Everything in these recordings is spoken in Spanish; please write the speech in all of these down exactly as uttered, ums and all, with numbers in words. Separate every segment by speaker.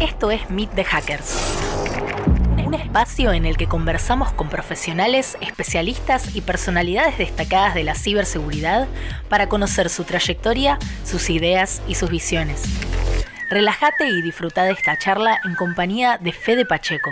Speaker 1: Esto es Meet the Hackers, un espacio en el que conversamos con profesionales, especialistas y personalidades destacadas de la ciberseguridad para conocer su trayectoria, sus ideas y sus visiones. Relájate y disfruta de esta charla en compañía de Fede Pacheco.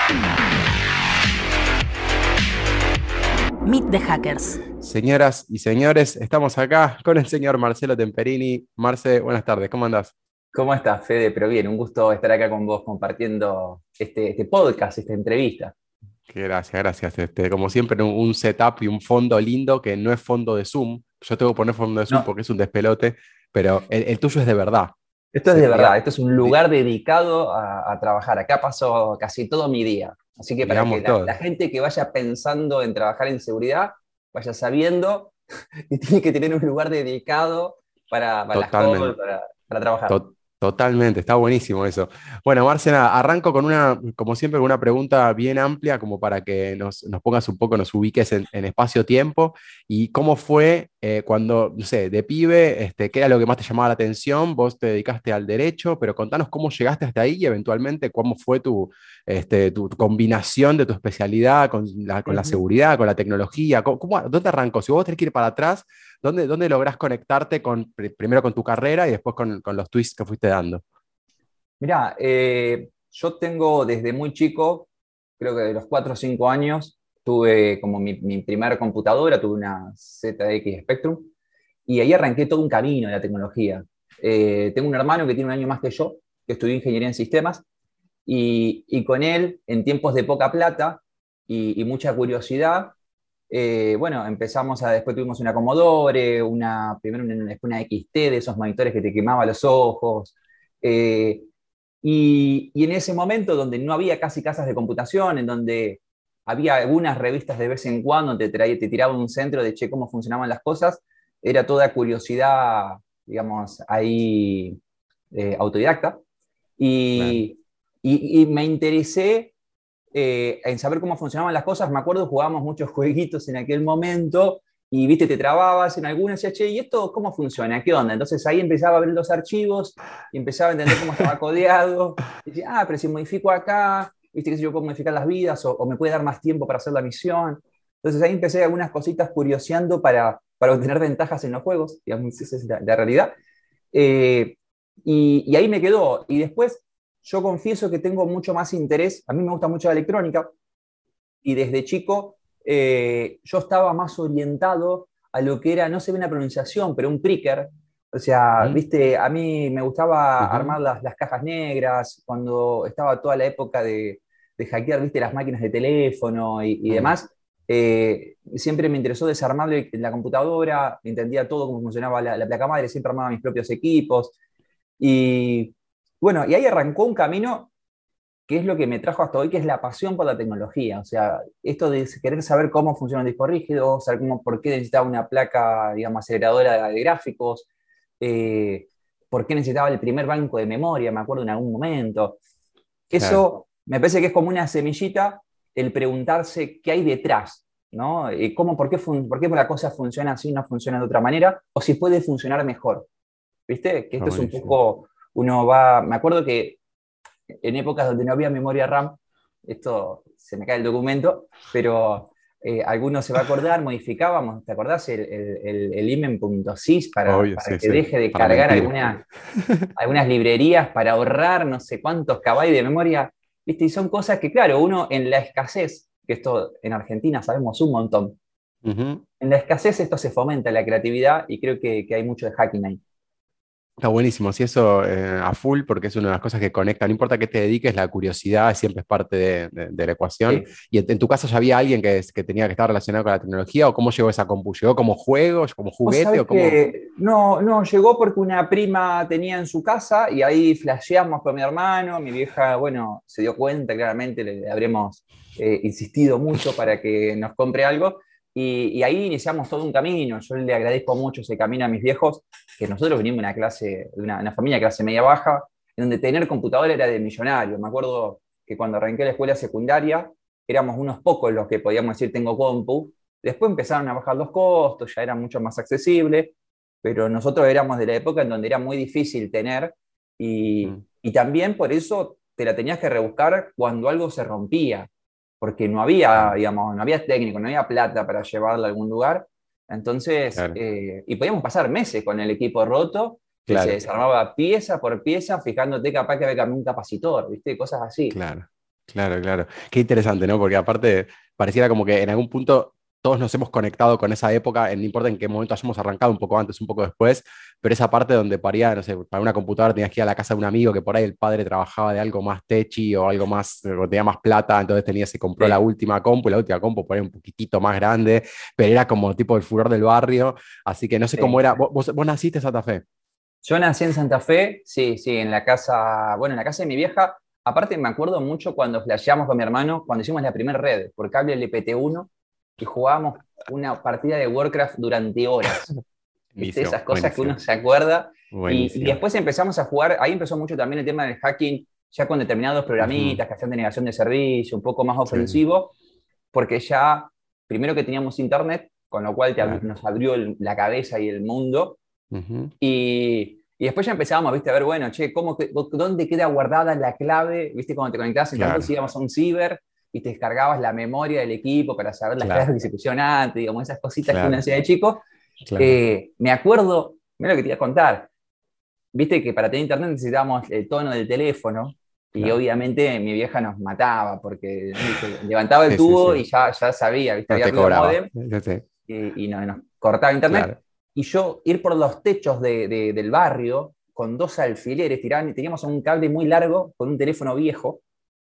Speaker 1: Meet the Hackers.
Speaker 2: Señoras y señores, estamos acá con el señor Marcelo Temperini. Marce, buenas tardes, ¿cómo andás?
Speaker 3: ¿Cómo estás, Fede? Pero bien, un gusto estar acá con vos compartiendo este, este podcast, esta entrevista.
Speaker 2: Qué gracias, gracias. Este, como siempre, un, un setup y un fondo lindo que no es fondo de Zoom. Yo tengo que poner fondo de Zoom
Speaker 3: No,
Speaker 2: porque es un despelote, pero el, el tuyo es de verdad.
Speaker 3: esto es
Speaker 2: Se-
Speaker 3: de
Speaker 2: diga-
Speaker 3: verdad, esto es un
Speaker 2: di-
Speaker 3: lugar dedicado a, a trabajar. Acá paso casi todo mi día. Así que para que
Speaker 2: digamos
Speaker 3: la,
Speaker 2: todo.
Speaker 3: la gente que vaya pensando en trabajar en seguridad, vaya sabiendo que tiene que tener un lugar dedicado para, para las calls,
Speaker 2: Totalmente.
Speaker 3: para, para trabajar.
Speaker 2: To- Totalmente, está buenísimo eso. Bueno, Marcela, arranco con una, como siempre, con una pregunta bien amplia, como para que nos, nos pongas un poco, nos ubiques en, en espacio-tiempo. ¿Y cómo fue eh, cuando, no sé, de pibe, este, qué era lo que más te llamaba la atención? Vos te dedicaste al derecho, pero contanos cómo llegaste hasta ahí y eventualmente cómo fue tu, este, tu combinación de tu especialidad con la, con la
Speaker 3: Ujú.
Speaker 2: seguridad, con la tecnología. ¿Cómo, cómo- dónde arrancó? Si vos tenés que ir para atrás, ¿Dónde, dónde lográs conectarte con, pr- primero con tu carrera y después con, con los twists que fuiste dando?
Speaker 3: Mirá, eh, yo tengo desde muy chico, creo que de los cuatro o cinco años, tuve como mi, mi primera computadora, tuve una Z X Spectrum, y ahí arranqué todo un camino de la tecnología. Eh, tengo un hermano que tiene un año más que yo, que estudió ingeniería en sistemas, y, y con él, en tiempos de poca plata y, y mucha curiosidad, eh, bueno, empezamos a, después tuvimos una Commodore, una, primero una, después una X T de esos monitores que te quemaba los ojos. eh, y, y en ese momento, donde no había casi casas de computación, en donde había algunas revistas de vez en cuando, te, traía, te tiraban un centro de che, cómo funcionaban las cosas, era toda curiosidad, digamos, ahí eh, autodidacta.
Speaker 2: Claro.
Speaker 3: Y, y, y me interesé eh, en saber cómo funcionaban las cosas. Me acuerdo, jugábamos muchos jueguitos en aquel momento y, viste, te trababas en algunos y decía, che, ¿y esto cómo funciona? ¿Qué onda? Entonces ahí empezaba a ver los archivos y empezaba a entender cómo estaba codeado. Y decía, ah, pero si modifico acá, viste que si yo puedo modificar las vidas o, o me puede dar más tiempo para hacer la misión. Entonces ahí empecé algunas cositas curioseando para, para obtener ventajas en los juegos, digamos, esa es la, la realidad. Eh, y, y ahí me quedó. Y después yo confieso que tengo mucho más interés, a mí me gusta mucho la electrónica, y desde chico eh, yo estaba más orientado a lo que era, no sé bien la pronunciación, pero un pricker. O sea,
Speaker 2: ¿Mm?
Speaker 3: viste, a mí me gustaba
Speaker 2: Ujú.
Speaker 3: armar las, las cajas negras, cuando estaba toda la época de, de hackear, viste, las máquinas de teléfono y, y
Speaker 2: Mm.
Speaker 3: demás. Eh, siempre me interesó desarmarle la computadora, entendía todo cómo funcionaba la, la placa madre, siempre armaba mis propios equipos. Y bueno, y ahí arrancó un camino que es lo que me trajo hasta hoy, que es la pasión por la tecnología. O sea, esto de querer saber cómo funciona un disco rígido, saber cómo, por qué necesitaba una placa, digamos, aceleradora de gráficos, eh, por qué necesitaba el primer banco de memoria, me acuerdo en algún momento.
Speaker 2: Claro.
Speaker 3: Eso me parece que es como una semillita el preguntarse qué hay detrás, ¿no? Eh, cómo, por qué, fun- por qué la cosa funciona así, no funciona de otra manera, o si puede funcionar mejor. ¿Viste? Que
Speaker 2: Está
Speaker 3: esto es un
Speaker 2: buenísimo.
Speaker 3: poco, uno va, me acuerdo que en épocas donde no había memoria RAM, esto se me cae el documento, pero eh, alguno se va a acordar, modificábamos, ¿te acordás? El, el, el, el imen.sys para,
Speaker 2: Obvio,
Speaker 3: para
Speaker 2: sí,
Speaker 3: que
Speaker 2: sí.
Speaker 3: deje de
Speaker 2: Para
Speaker 3: cargar
Speaker 2: mentir.
Speaker 3: algunas, algunas librerías para ahorrar no sé cuántos kbytes de memoria, ¿viste? Y son cosas que, claro, uno en la escasez, que esto en Argentina sabemos un montón,
Speaker 2: Ujú.
Speaker 3: en la escasez esto se fomenta la creatividad y creo que, que hay mucho de hacking ahí.
Speaker 2: Está buenísimo, sí, eso eh, a full, porque es una de las cosas que conecta, no importa qué te dediques, la curiosidad siempre es parte de, de- de la ecuación.
Speaker 3: Sí.
Speaker 2: ¿Y en, en tu caso ya había alguien que, es- que tenía que estar relacionado con la tecnología? ¿O cómo llegó esa compu? ¿Llegó como juego, como
Speaker 3: Vos
Speaker 2: juguete
Speaker 3: sabés
Speaker 2: o cómo?
Speaker 3: que no, no, llegó porque una prima tenía en su casa y ahí flasheamos con mi hermano, mi vieja, bueno, se dio cuenta claramente, le, le habremos eh, insistido mucho para que nos compre algo y, y ahí iniciamos todo un camino. Yo le agradezco mucho ese camino a mis viejos, que nosotros venimos de una clase, de una, una familia de clase media baja, en donde tener computadora era de millonario. Me acuerdo que cuando arranqué la escuela secundaria éramos unos pocos los que podíamos decir tengo compu. Después empezaron a bajar los costos, ya era mucho más accesible, pero nosotros éramos de la época en donde era muy difícil tener y,
Speaker 2: Mm.
Speaker 3: y también por eso te la tenías que rebuscar cuando algo se rompía, porque no había, digamos, no había técnico, no había plata para llevarla a algún lugar. Entonces,
Speaker 2: Claro,
Speaker 3: eh, y podíamos pasar meses con el equipo roto y se
Speaker 2: claro,
Speaker 3: desarmaba pieza por pieza, fijándote capaz que había cambiado un capacitor, ¿viste? Cosas así.
Speaker 2: claro, claro, claro. Qué interesante, ¿no? Porque aparte pareciera como que en algún punto todos nos hemos conectado con esa época, no importa en qué momento hayamos arrancado, un poco antes, un poco después, pero esa parte donde paría, no sé, para una computadora tenías que ir a la casa de un amigo que por ahí el padre trabajaba de algo más techi o algo más, o tenía más plata, entonces tenía, se compró la
Speaker 3: Sí.
Speaker 2: última compu, y la última compu por ahí un poquitito más grande, pero era como tipo el furor del barrio, así que no sé cómo
Speaker 3: Sí.
Speaker 2: era. ¿Vos, vos, vos naciste en Santa Fe?
Speaker 3: Yo nací en Santa Fe, sí, sí, en la casa, bueno, en la casa de mi vieja. Aparte me acuerdo mucho cuando flasheamos con mi hermano, cuando hicimos la primera red por cable L P T uno y jugábamos una partida de Warcraft durante horas. ¿Viste?
Speaker 2: Buenísimo,
Speaker 3: Esas cosas que uno
Speaker 2: buenísimo,
Speaker 3: se acuerda. Y, y
Speaker 2: buenísimo.
Speaker 3: después empezamos a jugar, ahí empezó mucho también el tema del hacking, ya con determinados
Speaker 2: Ujú,
Speaker 3: programitas que hacían denegación de servicio, un poco más
Speaker 2: sí,
Speaker 3: ofensivo, porque ya, primero que teníamos internet, con lo cual te ab-
Speaker 2: claro.
Speaker 3: nos abrió el- la cabeza y el mundo,
Speaker 2: Ujú,
Speaker 3: y, y después ya empezábamos, ¿viste? A ver, bueno, che, ¿cómo, que- ¿dónde queda guardada la clave? ¿Viste? Cuando te conectabas en tantos
Speaker 2: claro,
Speaker 3: íbamos a un ciber y te descargabas la memoria del equipo para saber las claves
Speaker 2: claro,
Speaker 3: que se pusieron antes, digamos, esas cositas que uno
Speaker 2: claro,
Speaker 3: hacía de chico.
Speaker 2: claro,
Speaker 3: Eh, me acuerdo, mira lo que te iba a contar, viste que para tener internet necesitábamos el tono del teléfono y
Speaker 2: claro.
Speaker 3: obviamente mi vieja nos mataba porque, viste, levantaba el
Speaker 2: Sí, sí,
Speaker 3: tubo y
Speaker 2: sí.
Speaker 3: ya, ya sabía, viste,
Speaker 2: No
Speaker 3: había
Speaker 2: te
Speaker 3: ruido
Speaker 2: cobraba.
Speaker 3: modem
Speaker 2: Sí, sí,
Speaker 3: y, y no- nos cortaba internet.
Speaker 2: claro,
Speaker 3: Y yo ir por los techos de, de- del barrio con dos alfileres, tiraban, teníamos un cable muy largo con un teléfono viejo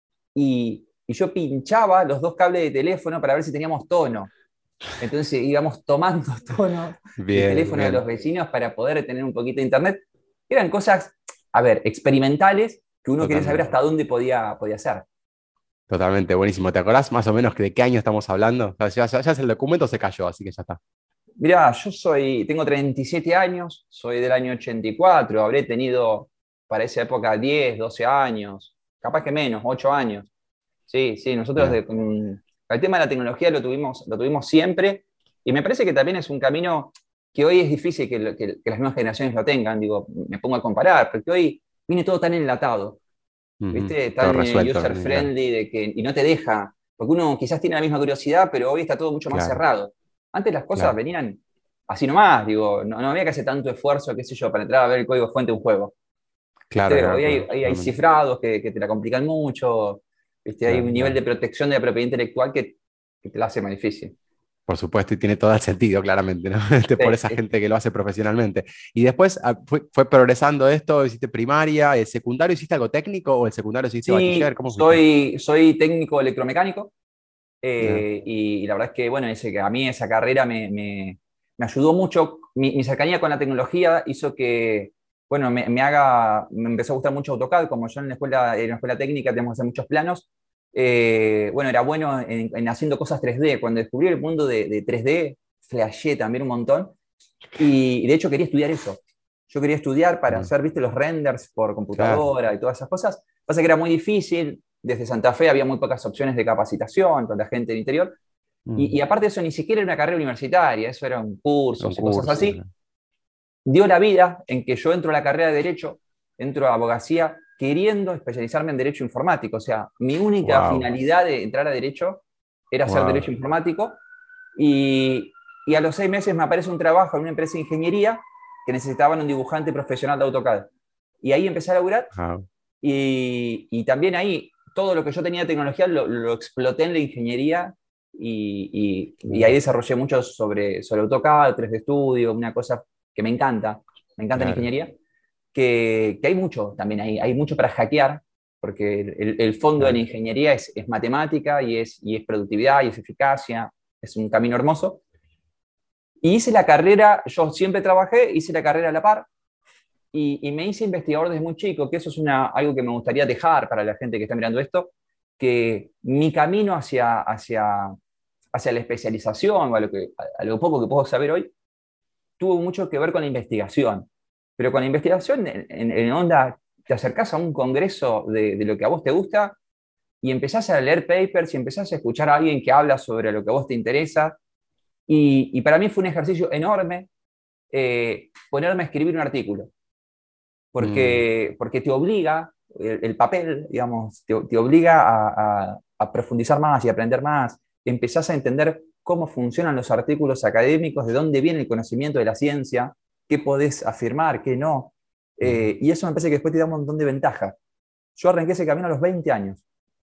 Speaker 3: y, y yo pinchaba los dos cables de teléfono para ver si teníamos tono. Entonces íbamos tomando tono del
Speaker 2: bien,
Speaker 3: teléfono de los
Speaker 2: bien,
Speaker 3: vecinos para poder tener un poquito de internet. Eran cosas, a ver, experimentales que uno quería saber
Speaker 2: totalmente,
Speaker 3: hasta dónde podía, podía hacer.
Speaker 2: totalmente, buenísimo. ¿Te acordás más o menos de qué año estamos hablando? O sea, ya, ya, ya el documento se cayó, así que ya está.
Speaker 3: Mirá, yo soy, tengo treinta y siete años, soy del año ochenta y cuatro, habré tenido para esa época diez, doce años, capaz que menos, ocho años. Sí, sí, nosotros
Speaker 2: Bien,
Speaker 3: de- con- el tema de la tecnología lo tuvimos, lo tuvimos siempre y me parece que también es un camino que hoy es difícil que, lo- que- que las nuevas generaciones lo tengan, digo, me pongo a comparar, porque hoy viene todo tan enlatado,
Speaker 2: ujú,
Speaker 3: ¿viste?
Speaker 2: todo
Speaker 3: Tan
Speaker 2: resuelto,
Speaker 3: user
Speaker 2: bien, claro,
Speaker 3: friendly de que, y no te deja, porque uno quizás tiene la misma curiosidad, pero hoy está todo mucho más
Speaker 2: claro,
Speaker 3: cerrado. Antes las cosas
Speaker 2: claro,
Speaker 3: venían así nomás, digo, no, no había que hacer tanto esfuerzo, qué sé yo, para entrar a ver el código fuente de un juego.
Speaker 2: claro,
Speaker 3: ¿Viste?
Speaker 2: claro,
Speaker 3: Hoy hay,
Speaker 2: claro,
Speaker 3: hay, hay
Speaker 2: totalmente,
Speaker 3: cifrados que, que te la complican mucho, ¿viste? Hay
Speaker 2: claro,
Speaker 3: un nivel de
Speaker 2: claro.
Speaker 3: protección de la propiedad intelectual que, que te la hace más difícil.
Speaker 2: Por supuesto, y tiene todo el sentido, claramente, ¿no? Este, por
Speaker 3: Sí,
Speaker 2: esa
Speaker 3: sí.
Speaker 2: gente que lo hace profesionalmente. Y después ah, fue, fue progresando esto, hiciste primaria, el secundario, ¿hiciste algo técnico o el secundario hiciste bachiller?
Speaker 3: Sí,
Speaker 2: ¿Cómo fuiste?
Speaker 3: soy, soy técnico electromecánico
Speaker 2: Ah,
Speaker 3: eh, y, y la verdad es que, bueno, ese, que a mí esa carrera me, me, me ayudó mucho. Mi, mi cercanía con la tecnología hizo que, bueno, me, me haga, me empezó a gustar mucho AutoCAD, como yo en la escuela, en la escuela técnica tenemos que hacer muchos planos. Eh, bueno, era bueno en, en haciendo cosas tres D. Cuando descubrí el mundo de, de tres D, flashé también un montón. Y de hecho quería estudiar eso. Yo quería estudiar para
Speaker 2: mm,
Speaker 3: hacer, viste, los renders por
Speaker 2: claro.
Speaker 3: computadora y todas esas cosas. Pasa que era muy difícil. Desde Santa Fe había muy pocas opciones de capacitación con la gente del interior. Y,
Speaker 2: Mm,
Speaker 3: y aparte de eso, ni siquiera era una carrera universitaria, eso eran
Speaker 2: un
Speaker 3: cursos y cosas
Speaker 2: curso,
Speaker 3: así.
Speaker 2: claro.
Speaker 3: Dio la vida en que yo entro a la carrera de Derecho, entro a abogacía, queriendo especializarme en Derecho Informático. O sea, mi única
Speaker 2: Wow,
Speaker 3: finalidad de entrar a Derecho era hacer
Speaker 2: wow,
Speaker 3: Derecho Informático. Y, y a los seis meses me aparece un trabajo en una empresa de ingeniería que necesitaban un dibujante profesional de AutoCAD. Y ahí empecé a laburar
Speaker 2: wow,
Speaker 3: y, y también ahí todo lo que yo tenía de tecnología lo, lo exploté en la ingeniería y, y, y ahí
Speaker 2: claro,
Speaker 3: desarrollé mucho sobre, sobre AutoCAD, tres D Studio, una cosa que me encanta, me encanta la
Speaker 2: claro,
Speaker 3: ingeniería, que, que hay mucho también ahí, hay mucho para hackear, porque el, el fondo de la
Speaker 2: claro.
Speaker 3: ingeniería es, es matemática y es, y es productividad y es eficacia, es un camino hermoso. Y hice la carrera, yo siempre trabajé, hice la carrera a la par y, y me hice investigador desde muy chico, que eso es una, algo que me gustaría dejar para la gente que está mirando esto, que mi camino hacia, hacia, hacia la especialización, o a lo, que, a lo poco que puedo saber hoy, tuvo mucho que ver con la investigación. Pero con la investigación, en, en, en onda, te acercás a un congreso de, de lo que a vos te gusta y empezás a leer papers y empezás a escuchar a alguien que habla sobre lo que a vos te interesa. Y, y para mí fue un ejercicio enorme eh, ponerme a escribir un artículo,
Speaker 2: Mm,
Speaker 3: porque, porque te obliga, el, el papel, digamos, te, te obliga a, a, a profundizar más y aprender más. Empezás a entender cómo funcionan los artículos académicos, de dónde viene el conocimiento de la ciencia, qué podés afirmar, qué no. Eh, y eso me parece que después te da un montón de ventajas. Yo arranqué ese camino a los veinte años.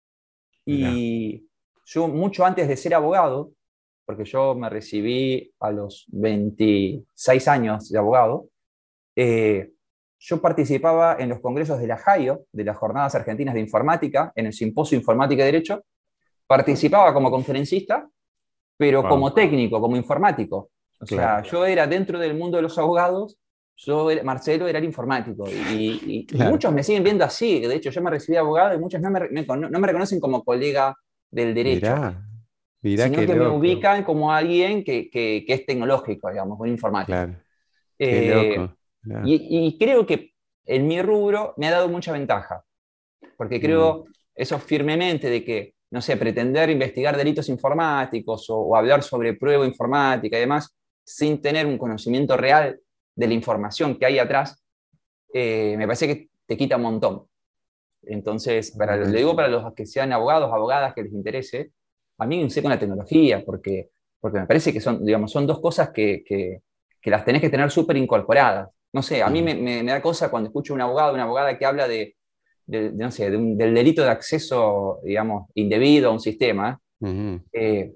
Speaker 3: Y yo, mucho antes de ser abogado, porque yo me recibí a los veintiséis años de abogado, eh, yo participaba en los congresos de la JAIO, de las Jornadas Argentinas de Informática, en el Simposio Informática y Derecho. Participaba como conferencista, pero wow. como técnico, como informático. O claro. sea, yo era dentro del mundo de los abogados, yo era, Marcelo era el informático. Y, y claro. muchos me siguen viendo así. De hecho, yo me recibí de abogado y muchos no me, me, no me reconocen como colega del derecho.
Speaker 2: Mirá, mirá
Speaker 3: sino que loco. me ubican como alguien que, que, que es tecnológico, digamos, un informático.
Speaker 2: Claro.
Speaker 3: Eh,
Speaker 2: Qué loco. Claro.
Speaker 3: Y, y creo que en mi rubro me ha dado mucha ventaja. Porque creo mm. eso firmemente de que, no sé, pretender investigar delitos informáticos o, o hablar sobre prueba informática y demás, sin tener un conocimiento real de la información que hay atrás, eh, me parece que te quita un montón. Entonces, para, le digo para los que sean abogados, abogadas que les interese, a mí me sé con la tecnología, porque, porque me parece que son, digamos, son dos cosas que, que, que las tenés que tener súper incorporadas. No sé, a mí me, me, me da cosa cuando escucho a un abogado, una abogada que habla de, de, de no sé, de un, del delito de acceso, digamos, indebido a un sistema, uh-huh. eh,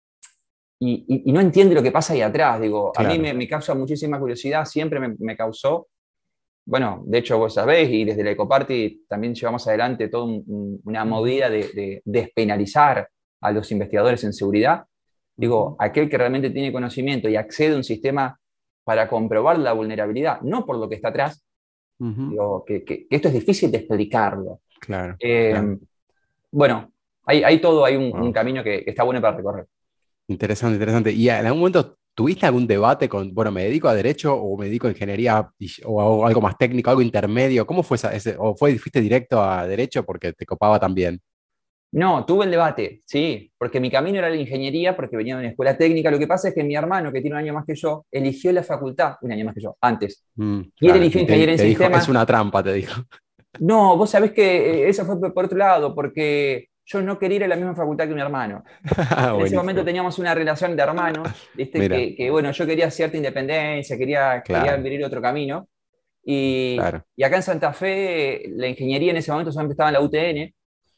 Speaker 3: y, y, y no entiende lo que pasa ahí atrás. Digo, claro. a mí me, me causa muchísima curiosidad, siempre me, me causó. Bueno, de hecho vos sabés, y desde la Ecoparty también llevamos adelante toda un, una movida de, de despenalizar a los investigadores en seguridad. Digo, uh-huh. aquel que realmente tiene conocimiento y accede a un sistema para comprobar la vulnerabilidad, no por lo que está atrás, uh-huh. digo, que, que, que esto es difícil de explicarlo.
Speaker 2: Claro,
Speaker 3: eh,
Speaker 2: claro.
Speaker 3: Bueno, hay, hay todo, hay un,
Speaker 2: wow.
Speaker 3: un camino que, que está bueno para recorrer.
Speaker 2: Interesante, interesante. ¿Y en algún momento tuviste algún debate con, bueno, me dedico a Derecho o me dedico a Ingeniería o algo más técnico, algo intermedio? ¿Cómo fue esa, ese, o fue, fuiste directo a Derecho porque te copaba también?
Speaker 3: No, tuve el debate, sí, porque mi camino era la ingeniería, porque venía de una escuela técnica. Lo que pasa es que mi hermano, que tiene un año más que yo, eligió la facultad, un año más que yo, antes.
Speaker 2: Mm,
Speaker 3: y
Speaker 2: claro,
Speaker 3: él eligió
Speaker 2: y te,
Speaker 3: ingeniería en
Speaker 2: te
Speaker 3: sistemas.
Speaker 2: Dijo, es una trampa, te dijo.
Speaker 3: No, vos sabés que eso fue por otro lado, porque yo no quería ir a la misma facultad que mi hermano. En ese momento teníamos una relación de hermanos, ¿viste? Que, que, bueno, yo quería cierta independencia, quería, claro. quería vivir otro camino. Y, claro. y acá en Santa Fe, la ingeniería en ese momento solamente estaba en la U T N,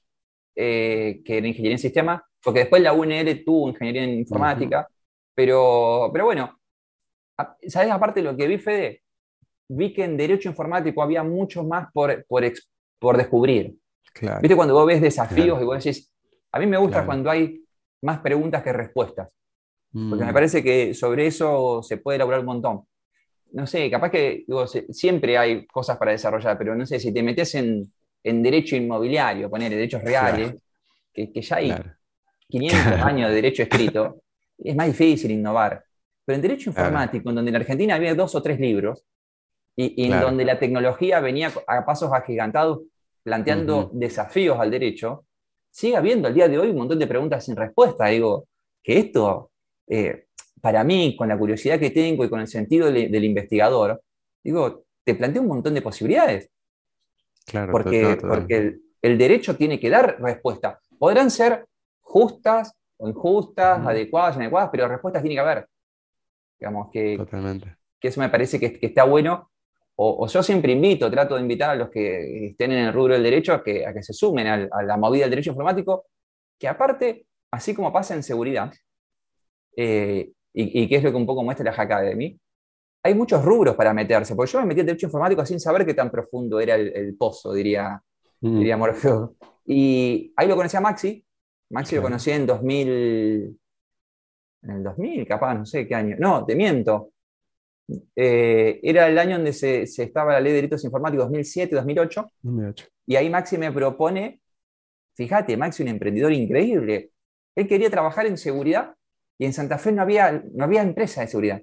Speaker 3: eh, que era ingeniería en sistemas, porque después la U N L tuvo ingeniería en informática. Uh-huh. pero, pero bueno, ¿sabés? Aparte de lo que vi, Fede, vi que en derecho informático había mucho más por, por, por descubrir.
Speaker 2: Claro.
Speaker 3: ¿Viste cuando vos ves desafíos claro. y vos decís, a mí me gusta
Speaker 2: claro.
Speaker 3: cuando hay más preguntas que respuestas? Porque
Speaker 2: mm.
Speaker 3: me parece que sobre eso se puede elaborar un montón. No sé, capaz que digo, se, siempre hay cosas para desarrollar, pero no sé, si te metes en, en derecho inmobiliario, poner derechos reales, claro. que, que ya hay claro. quinientos años de derecho escrito, es más difícil innovar. Pero en derecho informático, claro. en donde en Argentina había dos o tres libros, y, y claro. en donde la tecnología venía a pasos agigantados planteando uh-huh. desafíos al derecho, sigue habiendo al día de hoy un montón de preguntas sin respuesta. Digo, que esto, eh, para mí, con la curiosidad que tengo y con el sentido del, del investigador, digo, te plantea un montón de posibilidades.
Speaker 2: Claro,
Speaker 3: porque
Speaker 2: total, total.
Speaker 3: porque el, el derecho tiene que dar respuesta. Podrán ser justas o injustas, uh-huh. adecuadas, inadecuadas, pero respuestas tiene que haber. Digamos que,
Speaker 2: Totalmente.
Speaker 3: que eso me parece que, que está bueno. O, o yo siempre invito, trato de invitar a los que estén en el rubro del derecho a que, a que se sumen a, a la movida del derecho informático, que aparte, así como pasa en seguridad, eh, y, y que es lo que un poco muestra la Hack Academy, hay muchos rubros para meterse, porque yo me metí en derecho informático sin saber qué tan profundo era el, el pozo, diría, mm. diría Morfeo. Y ahí lo conocí a Maxi, Maxi claro. lo conocí en dos mil, en el dos mil, capaz, no sé qué año, no, te miento. Eh, era el año donde se, se estaba la ley de delitos informáticos, dos mil siete, dos mil ocho,
Speaker 2: dos mil ocho.
Speaker 3: Y ahí Maxi me propone, fíjate, Maxi un emprendedor increíble, él quería trabajar en seguridad y en Santa Fe no había, no había empresa de seguridad.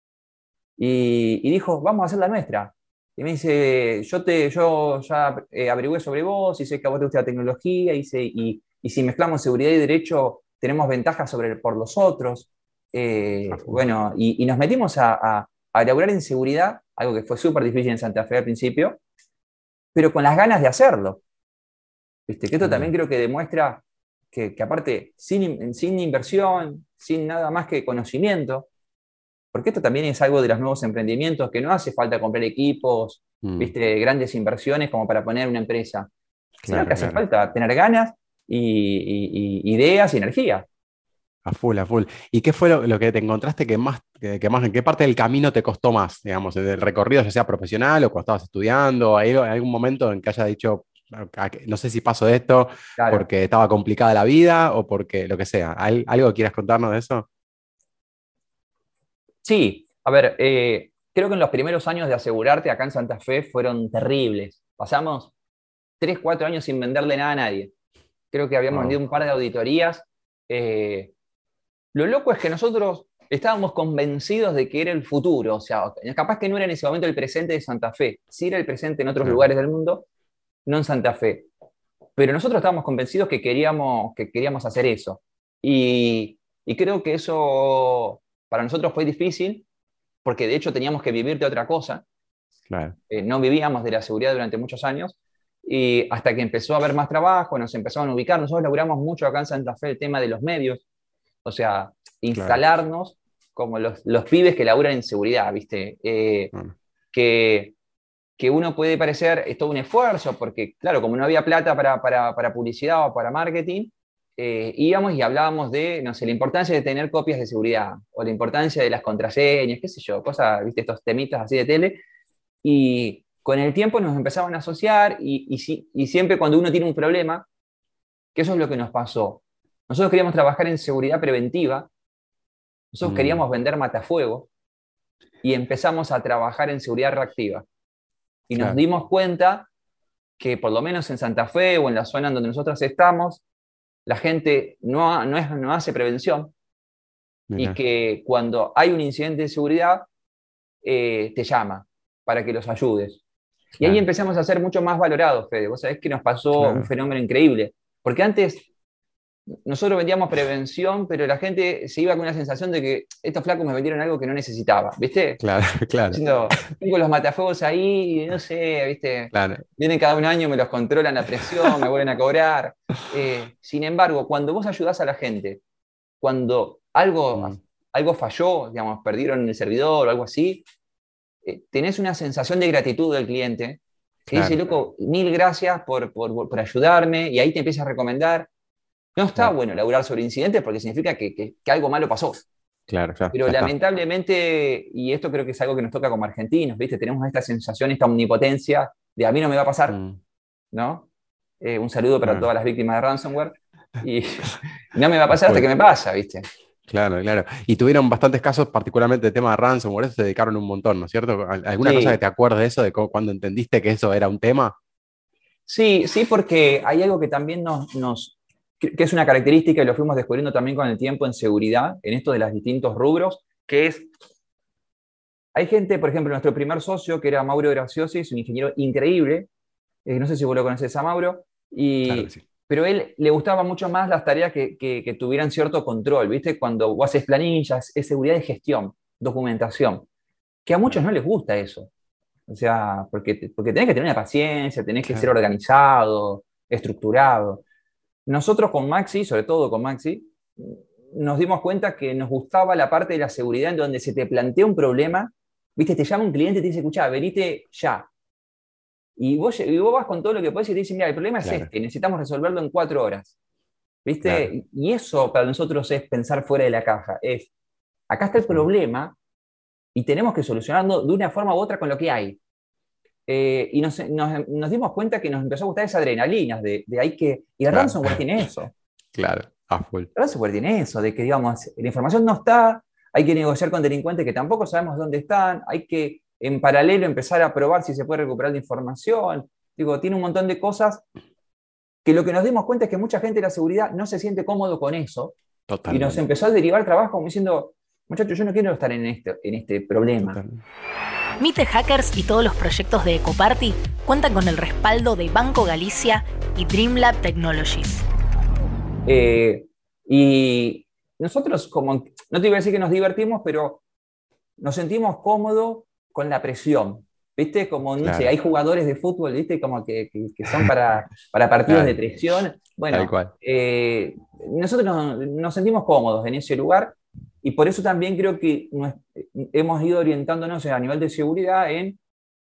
Speaker 3: Y, y dijo, vamos a hacer la nuestra. Y me dice, yo, te, yo ya eh, averigüé sobre vos y sé que a vos te gusta la tecnología y, sé, y, y si mezclamos seguridad y derecho tenemos ventajas sobre, por los otros. Eh, bueno, y, y nos metimos a, a a elaborar en seguridad, algo que fue súper difícil en Santa Fe al principio, pero con las ganas de hacerlo. ¿Viste? Que esto
Speaker 2: Mm.
Speaker 3: también creo que demuestra que, que aparte, sin, sin inversión, sin nada más que conocimiento, porque esto también es algo de los nuevos emprendimientos, que no hace falta comprar equipos,
Speaker 2: Mm.
Speaker 3: ¿viste? Grandes inversiones como para poner una empresa, sino
Speaker 2: Claro,
Speaker 3: que hace
Speaker 2: claro.
Speaker 3: falta tener ganas y, y- y ideas y energía.
Speaker 2: A full, a full. ¿Y qué fue lo, lo que te encontraste que más, que, que más, en qué parte del camino te costó más, digamos, del recorrido, ya sea profesional o cuando estabas estudiando? ¿Hay algo- algún momento en que haya dicho, "Ah, no sé si paso esto
Speaker 3: Claro.
Speaker 2: porque estaba complicada la vida o porque lo que sea"? ¿Hay algo que quieras contarnos de eso?
Speaker 3: Sí, a ver, eh, creo que en los primeros años de asegurarte acá en Santa Fe fueron terribles. Pasamos tres, cuatro años sin venderle nada a nadie. Creo que habíamos
Speaker 2: Wow.
Speaker 3: vendido un par de auditorías. Eh, lo loco es que nosotros estábamos convencidos de que era el futuro. O sea, capaz que no era en ese momento el presente de Santa Fe. Sí era el presente en otros
Speaker 2: Claro.
Speaker 3: lugares del mundo, no en Santa Fe. Pero nosotros estábamos convencidos que queríamos, que queríamos hacer eso. Y, y creo que eso para nosotros fue difícil, porque de hecho teníamos que vivir de otra cosa.
Speaker 2: Claro.
Speaker 3: Eh, no vivíamos de la seguridad durante muchos años. Y hasta que empezó a haber más trabajo, nos empezaron a ubicar. Nosotros laburamos mucho acá en Santa Fe el tema de los medios. O sea,
Speaker 2: Claro.
Speaker 3: instalarnos como los, los pibes que laburan en seguridad, ¿viste? Eh,
Speaker 2: Bueno,
Speaker 3: que, que uno puede parecer, es todo un esfuerzo, porque claro, como no había plata para, para, para publicidad o para marketing, eh, íbamos y hablábamos de, no sé, la importancia de tener copias de seguridad, o la importancia de las contraseñas, qué sé yo, cosas, ¿viste? Estos temitas así de tele. Y con el tiempo nos empezaban a asociar y, y, si- y siempre cuando uno tiene un problema, que eso es lo que nos pasó. Nosotros queríamos trabajar en seguridad preventiva, nosotros
Speaker 2: mm,
Speaker 3: queríamos vender matafuegos y empezamos a trabajar en seguridad reactiva. Y nos
Speaker 2: claro.
Speaker 3: dimos cuenta que por lo menos en Santa Fe o en la zona en donde nosotros estamos, la gente no, ha- no, es- no hace prevención y
Speaker 2: Mirá.
Speaker 3: que cuando hay un incidente de seguridad, eh, te llama para que los ayudes. Y ahí
Speaker 2: Claro.
Speaker 3: empezamos a ser mucho más valorados, Fede. Vos sabés que nos pasó un
Speaker 2: Claro.
Speaker 3: fenómeno increíble. Porque antes nosotros vendíamos prevención, pero la gente se iba con una sensación de que estos flacos me vendieron algo que no necesitaba, ¿viste?
Speaker 2: Claro. Claro.
Speaker 3: Diciendo, tengo los matafuegos ahí, y no sé, ¿viste?
Speaker 2: Claro.
Speaker 3: Vienen cada un año, me los controlan la presión, me vuelven a cobrar. Eh, sin embargo, cuando vos ayudás a la gente, cuando algo,
Speaker 2: Mm,
Speaker 3: algo falló, digamos, perdieron el servidor o algo así, eh, tenés una sensación de gratitud del cliente que dice,
Speaker 2: claro.
Speaker 3: loco, mil gracias por, por, por ayudarme, y ahí te empieza a recomendar. No está
Speaker 2: Claro.
Speaker 3: bueno laburar sobre incidentes porque significa que, que, que algo malo pasó.
Speaker 2: Claro. Ya,
Speaker 3: Pero
Speaker 2: ya está.
Speaker 3: lamentablemente, y esto creo que es algo que nos toca como argentinos, ¿viste? Tenemos esta sensación, esta omnipotencia de a mí no me va a pasar,
Speaker 2: Mm,
Speaker 3: ¿no? Eh, un saludo para
Speaker 2: claro.
Speaker 3: todas las víctimas de ransomware. Y no me va a
Speaker 2: A
Speaker 3: pasar hasta
Speaker 2: full.
Speaker 3: que me pasa, ¿viste?
Speaker 2: Claro, claro. Y tuvieron bastantes casos, particularmente de tema de ransomware, eso se dedicaron un montón, ¿no es cierto? ¿Al- ¿Alguna cosa que
Speaker 3: Sí,
Speaker 2: te acuerdes de eso, de cómo- cuando entendiste que eso era un tema?
Speaker 3: sí, sí, porque hay algo que también nos, nos, que que es una característica y lo fuimos descubriendo también con el tiempo en seguridad, en esto de los distintos rubros, que es, hay gente, por ejemplo, nuestro primer socio, que era Mauro Graciosi, es un ingeniero increíble, eh, no sé si vos lo conocés a Mauro,
Speaker 2: Claro que
Speaker 3: y,
Speaker 2: sí.
Speaker 3: pero él le gustaba mucho más las tareas que, que, que tuvieran cierto control, ¿viste? Cuando vos haces planillas, es seguridad de gestión, documentación, que a muchos
Speaker 2: Claro,
Speaker 3: no les gusta eso. O sea, porque, te- porque tenés que tener una paciencia, tenés que ser
Speaker 2: claro.
Speaker 3: organizado, estructurado. Nosotros con Maxi, sobre todo con Maxi, nos dimos cuenta que nos gustaba la parte de la seguridad en donde se te plantea un problema, ¿viste? Te llama un cliente y te dice, escuchá, venite ya. Y vos, y vos vas con todo lo que podés y te dicen, mira, el problema es
Speaker 2: Claro,
Speaker 3: este, necesitamos resolverlo en cuatro horas.
Speaker 2: claro.
Speaker 3: ¿Viste? Y eso para nosotros es pensar fuera de la caja. Es, acá está el
Speaker 2: Full.
Speaker 3: problema y tenemos que solucionarlo de una forma u otra con lo que hay. Eh, y nos, nos, nos, dimos cuenta que nos empezó a gustar esa adrenalina de, de hay que... Y el
Speaker 2: Claro,
Speaker 3: ransomware tiene eso.
Speaker 2: claro. A full.
Speaker 3: El ransomware tiene eso, de que, digamos, la información no está, hay que negociar con delincuentes que tampoco sabemos dónde están, hay que en paralelo empezar a probar si se puede recuperar la información. Digo, tiene un montón de cosas que lo que nos dimos cuenta es que mucha gente de la seguridad no se siente cómodo con eso y nos
Speaker 2: Totalmente.
Speaker 3: empezó a derivar trabajo como diciendo, muchachos, yo no quiero estar en este, en este problema.
Speaker 2: Totalmente.
Speaker 1: Mite Hackers y todos los proyectos de Ecoparty cuentan con el respaldo de Banco Galicia y Dreamlab Technologies.
Speaker 3: Eh, y nosotros, como, no te iba a decir que nos divertimos, pero nos sentimos cómodos con la presión. ¿viste? Como, no sé,
Speaker 2: Claro,
Speaker 3: hay jugadores de fútbol, ¿viste? Como que, que, que son para, para partidos de
Speaker 2: claro,
Speaker 3: traición.
Speaker 2: tal
Speaker 3: Bueno,
Speaker 2: cual.
Speaker 3: eh, nosotros nos, nos sentimos cómodos en ese lugar y por eso también creo que nos, hemos ido orientándonos a nivel de seguridad en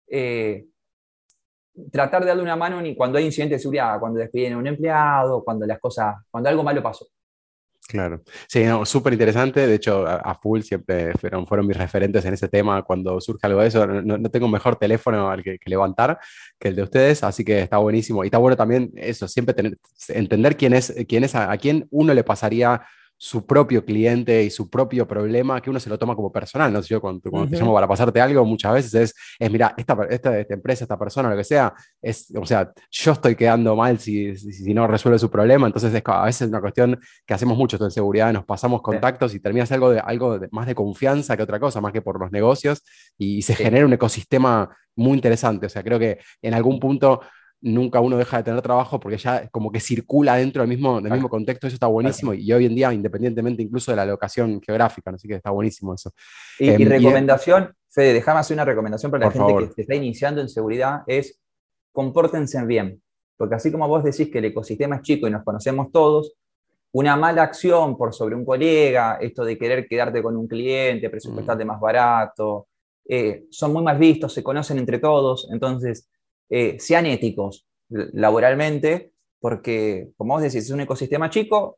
Speaker 3: eh, tratar de darle una mano ni cuando hay incidentes de seguridad, cuando despiden a un empleado, cuando las cosas, cuando algo malo pasó.
Speaker 2: Claro. Sí, no, súper interesante. De hecho, a, a full siempre fueron, fueron mis referentes en ese tema. Cuando surge algo de eso, no, no tengo un mejor teléfono al que, que levantar que el de ustedes, así que está buenísimo. Y está bueno también eso, siempre tener, entender quién es, quién es a, a quién uno le pasaría su propio cliente y su propio problema, que uno se lo toma como personal, ¿no? Si yo cuando, cuando te llamo
Speaker 3: Ujú.
Speaker 2: para pasarte algo, muchas veces es, es mira, esta, esta, esta empresa, esta persona, lo que sea, es, o sea, yo estoy quedando mal si, si, si no resuelve su problema, entonces es, a veces es una cuestión que hacemos mucho esto en seguridad, nos pasamos
Speaker 3: Sí,
Speaker 2: contactos y termina siendo algo, de, algo de, más de confianza que otra cosa, más que por los negocios, y, y se
Speaker 3: sí,
Speaker 2: genera un ecosistema muy interesante, o sea, creo que en algún punto nunca uno deja de tener trabajo porque ya como que circula dentro del mismo, del mismo
Speaker 3: tal,
Speaker 2: contexto, eso está
Speaker 3: tal
Speaker 2: buenísimo
Speaker 3: cual.
Speaker 2: y hoy en día independientemente incluso de la locación geográfica, ¿no? Así que está buenísimo eso.
Speaker 3: Y, y
Speaker 2: Eh, y de,
Speaker 3: recomendación, Fede, déjame hacer una recomendación para la
Speaker 2: por
Speaker 3: gente que
Speaker 2: favor,
Speaker 3: se está iniciando en seguridad, es compórtense bien, porque así como vos decís que el ecosistema es chico y nos conocemos todos, una mala acción por sobre un colega, esto de querer quedarte con un cliente,
Speaker 2: mm,
Speaker 3: presupuestarte más barato, eh, son muy mal vistos, se conocen entre todos, entonces eh, sean éticos laboralmente, porque como vos decís, es un ecosistema chico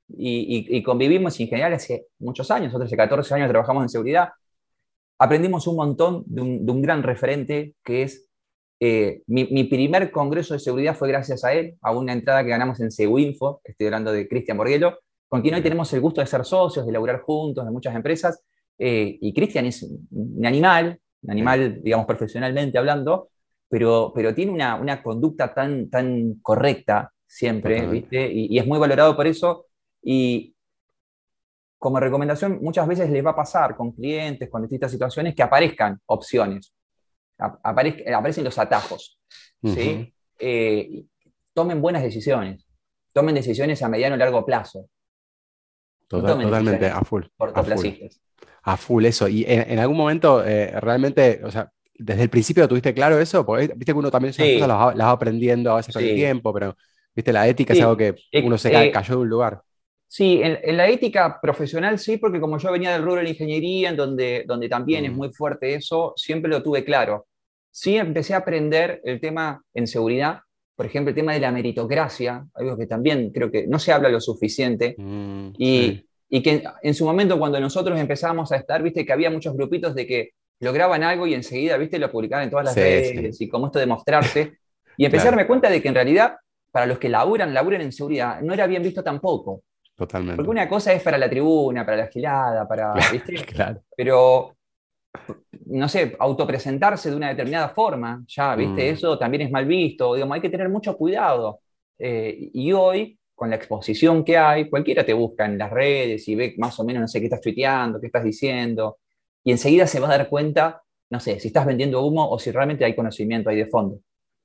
Speaker 3: y, y, y convivimos y en general hace muchos años, nosotros hace catorce años trabajamos en seguridad, aprendimos un montón de un, de un gran referente que es eh, mi, mi, primer congreso de seguridad fue gracias a él, a una entrada que ganamos en Seguinfo, estoy hablando de Cristian Borguelo, con quien hoy
Speaker 2: mira,
Speaker 3: tenemos el gusto de ser socios, de laburar juntos, de muchas empresas, eh, y Cristian es un animal, un
Speaker 2: sí,
Speaker 3: animal, digamos, profesionalmente hablando, pero, pero tiene una, una conducta tan, tan correcta siempre,
Speaker 2: totalmente.
Speaker 3: ¿viste? Y, y es muy valorado por eso, y como recomendación, muchas veces les va a pasar con clientes, con distintas situaciones, que aparezcan opciones, aparezca, aparecen los atajos,
Speaker 2: Ujú,
Speaker 3: ¿sí? Eh, tomen buenas decisiones, tomen decisiones a mediano o largo plazo, no
Speaker 2: total,
Speaker 3: tomen
Speaker 2: totalmente, a
Speaker 3: decisiones
Speaker 2: full, a full.
Speaker 3: cortoplacistas.
Speaker 2: A full eso. Y en, en algún momento, eh, realmente, o sea, desde el principio tuviste claro eso, porque viste que uno también esas cosas las
Speaker 3: Sí,
Speaker 2: va, las va aprendiendo a veces con el
Speaker 3: sí,
Speaker 2: tiempo, pero viste, la ética es algo
Speaker 3: sí.
Speaker 2: que uno
Speaker 3: Eh,
Speaker 2: se ca-
Speaker 3: eh,
Speaker 2: cayó de un lugar.
Speaker 3: sí, en, en, la ética profesional sí, porque como yo venía del rubro de la ingeniería, en donde, donde también es
Speaker 2: Mm,
Speaker 3: muy fuerte eso, siempre lo tuve claro. Sí, empecé a aprender el tema en seguridad, por ejemplo, el tema de la meritocracia, algo que también creo que no se habla lo suficiente,
Speaker 2: mm, sí,
Speaker 3: y, y que en su momento cuando nosotros empezábamos a estar, viste que había muchos grupitos de que lograban algo y enseguida, viste, lo publicaban en todas las
Speaker 2: sí, sí,
Speaker 3: redes y como esto de mostrarse, y empecé a
Speaker 2: claro,
Speaker 3: darme cuenta de que en realidad para los que laburan, laburan en seguridad, no era bien visto tampoco. Porque
Speaker 2: totalmente.
Speaker 3: una cosa es para la tribuna, para la gilada, para,
Speaker 2: Claro,
Speaker 3: ¿viste?
Speaker 2: claro.
Speaker 3: Pero, no sé, autopresentarse de una determinada forma, ya, ¿viste?
Speaker 2: Mm,
Speaker 3: Eso también es mal visto, digamos, hay que tener mucho cuidado. Eh, y hoy, con la exposición que hay, cualquiera te busca en las redes y ve más o menos, no sé, qué estás tuiteando, qué estás diciendo, y enseguida se va a dar cuenta, no sé, si estás vendiendo humo o si realmente hay conocimiento ahí de fondo.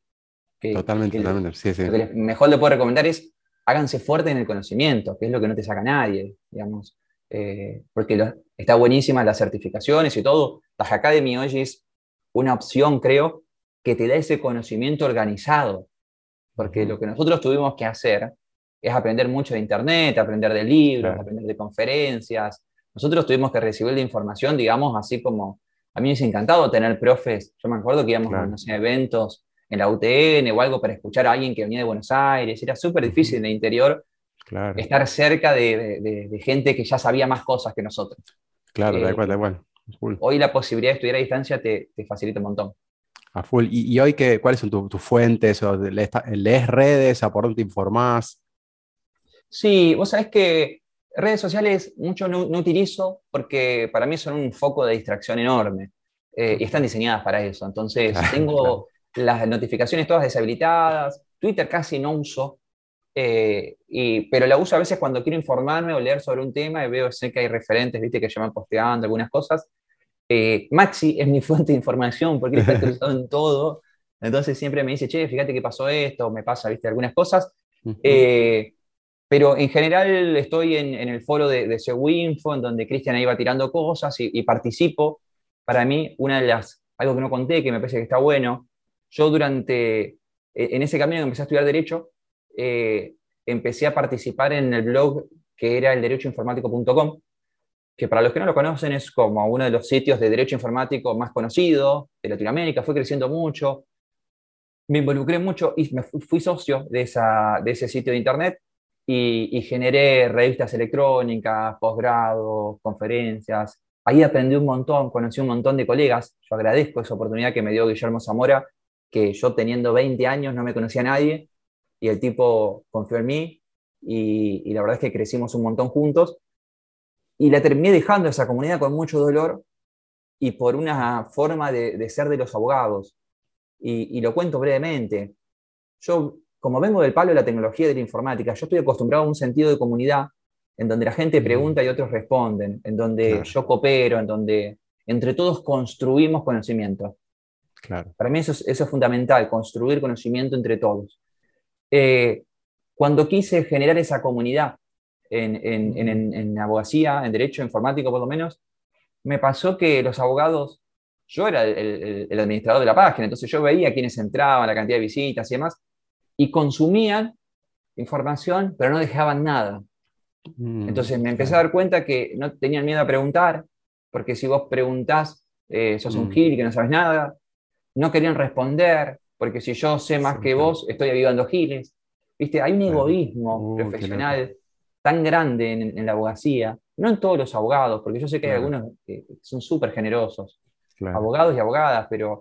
Speaker 3: Que,
Speaker 2: totalmente,
Speaker 3: que
Speaker 2: totalmente, sí, sí.
Speaker 3: lo que les, mejor le puedo recomendar es háganse fuerte en el conocimiento, que es lo que no te saca nadie, digamos. Eh, porque lo, está buenísima las certificaciones y todo. La Academy hoy es una opción, creo, que te da ese conocimiento organizado, porque
Speaker 2: Ujú,
Speaker 3: lo que nosotros tuvimos que hacer es aprender mucho de Internet, aprender de libros,
Speaker 2: claro.
Speaker 3: aprender de conferencias. Nosotros tuvimos que recibir la información, digamos, así como a mí me hubiese encantado tener profes. Yo me acuerdo que íbamos a,
Speaker 2: Claro,
Speaker 3: no sé, eventos en la U T N o algo para escuchar a alguien que venía de Buenos Aires. Era súper difícil
Speaker 2: ujú,
Speaker 3: en el interior
Speaker 2: claro,
Speaker 3: estar cerca de, de, de, de gente que ya sabía más cosas que nosotros.
Speaker 2: claro, tal cual,
Speaker 3: Eh,
Speaker 2: tal cual. Full,
Speaker 3: hoy la posibilidad de estudiar a distancia te, te facilita un montón.
Speaker 2: a full. ¿Y, y hoy qué, cuáles son tu- tus fuentes? O lees, lees redes? ¿A por dónde te informás?
Speaker 3: Sí, vos sabés que redes sociales mucho no, no utilizo porque para mí son un foco de distracción enorme eh, y están
Speaker 2: Ujú,
Speaker 3: diseñadas para eso. Entonces,
Speaker 2: claro, claro.
Speaker 3: tengo las notificaciones todas deshabilitadas. Twitter casi no uso, eh, y, pero la uso a veces cuando quiero informarme o leer sobre un tema y veo, sé que hay referentes, viste, que llevan posteando algunas cosas. Eh, Maxi es mi fuente de información porque él está actualizado en todo. Entonces siempre me dice, che, fíjate que pasó esto, me pasa, viste, algunas cosas.
Speaker 2: Ujú,
Speaker 3: Eh, pero en general estoy en, en el foro de, de Seguinfo, en donde Cristian ahí va tirando cosas y, y participo. Para mí, una de las algo que no conté, que me parece que está bueno. Yo durante, en ese camino que empecé a estudiar Derecho, eh, empecé a participar en el blog que era el derecho informático punto com, que para los que no lo conocen es como uno de los sitios de derecho informático más conocidos de Latinoamérica, fue creciendo mucho, me involucré mucho y me fui, fui socio de, esa, de ese sitio de internet y, y generé revistas electrónicas, posgrados, conferencias. Ahí aprendí un montón, conocí un montón de colegas. Yo agradezco esa oportunidad que me dio Guillermo Zamora, que yo teniendo veinte años no me conocía a nadie y el tipo confió en mí y, y la verdad es que crecimos un montón juntos y la terminé dejando esa comunidad con mucho dolor y por una forma de, de ser de los abogados. Y, y lo cuento brevemente. Yo, como vengo del palo de la tecnología y de la informática, yo estoy acostumbrado a un sentido de comunidad en donde la gente pregunta y otros responden, en donde
Speaker 2: Claro.
Speaker 3: yo coopero, en donde entre todos construimos conocimiento.
Speaker 2: Claro.
Speaker 3: Para mí eso es, eso es fundamental, construir conocimiento entre todos. Eh, cuando quise generar esa comunidad en, en, en, en abogacía, en derecho informático por lo menos, me pasó que los abogados, yo era el, el, el administrador de la página, entonces yo veía quiénes entraban, la cantidad de visitas y demás, y consumían información, pero no dejaban nada.
Speaker 2: Mm,
Speaker 3: Entonces me empecé
Speaker 2: claro.
Speaker 3: a dar cuenta que no tenían miedo a preguntar, porque si vos preguntás, eh, sos un
Speaker 2: Mm,
Speaker 3: gil que no sabes nada. No querían responder, porque si yo sé más que
Speaker 2: exacto.
Speaker 3: vos, estoy avivando giles. ¿Viste? Hay un
Speaker 2: Claro.
Speaker 3: egoísmo
Speaker 2: Uh, qué loco.
Speaker 3: profesional tan grande en, en la abogacía, no en todos los abogados, porque yo sé que hay
Speaker 2: Claro,
Speaker 3: algunos que son súper generosos,
Speaker 2: claro.
Speaker 3: abogados y abogadas, pero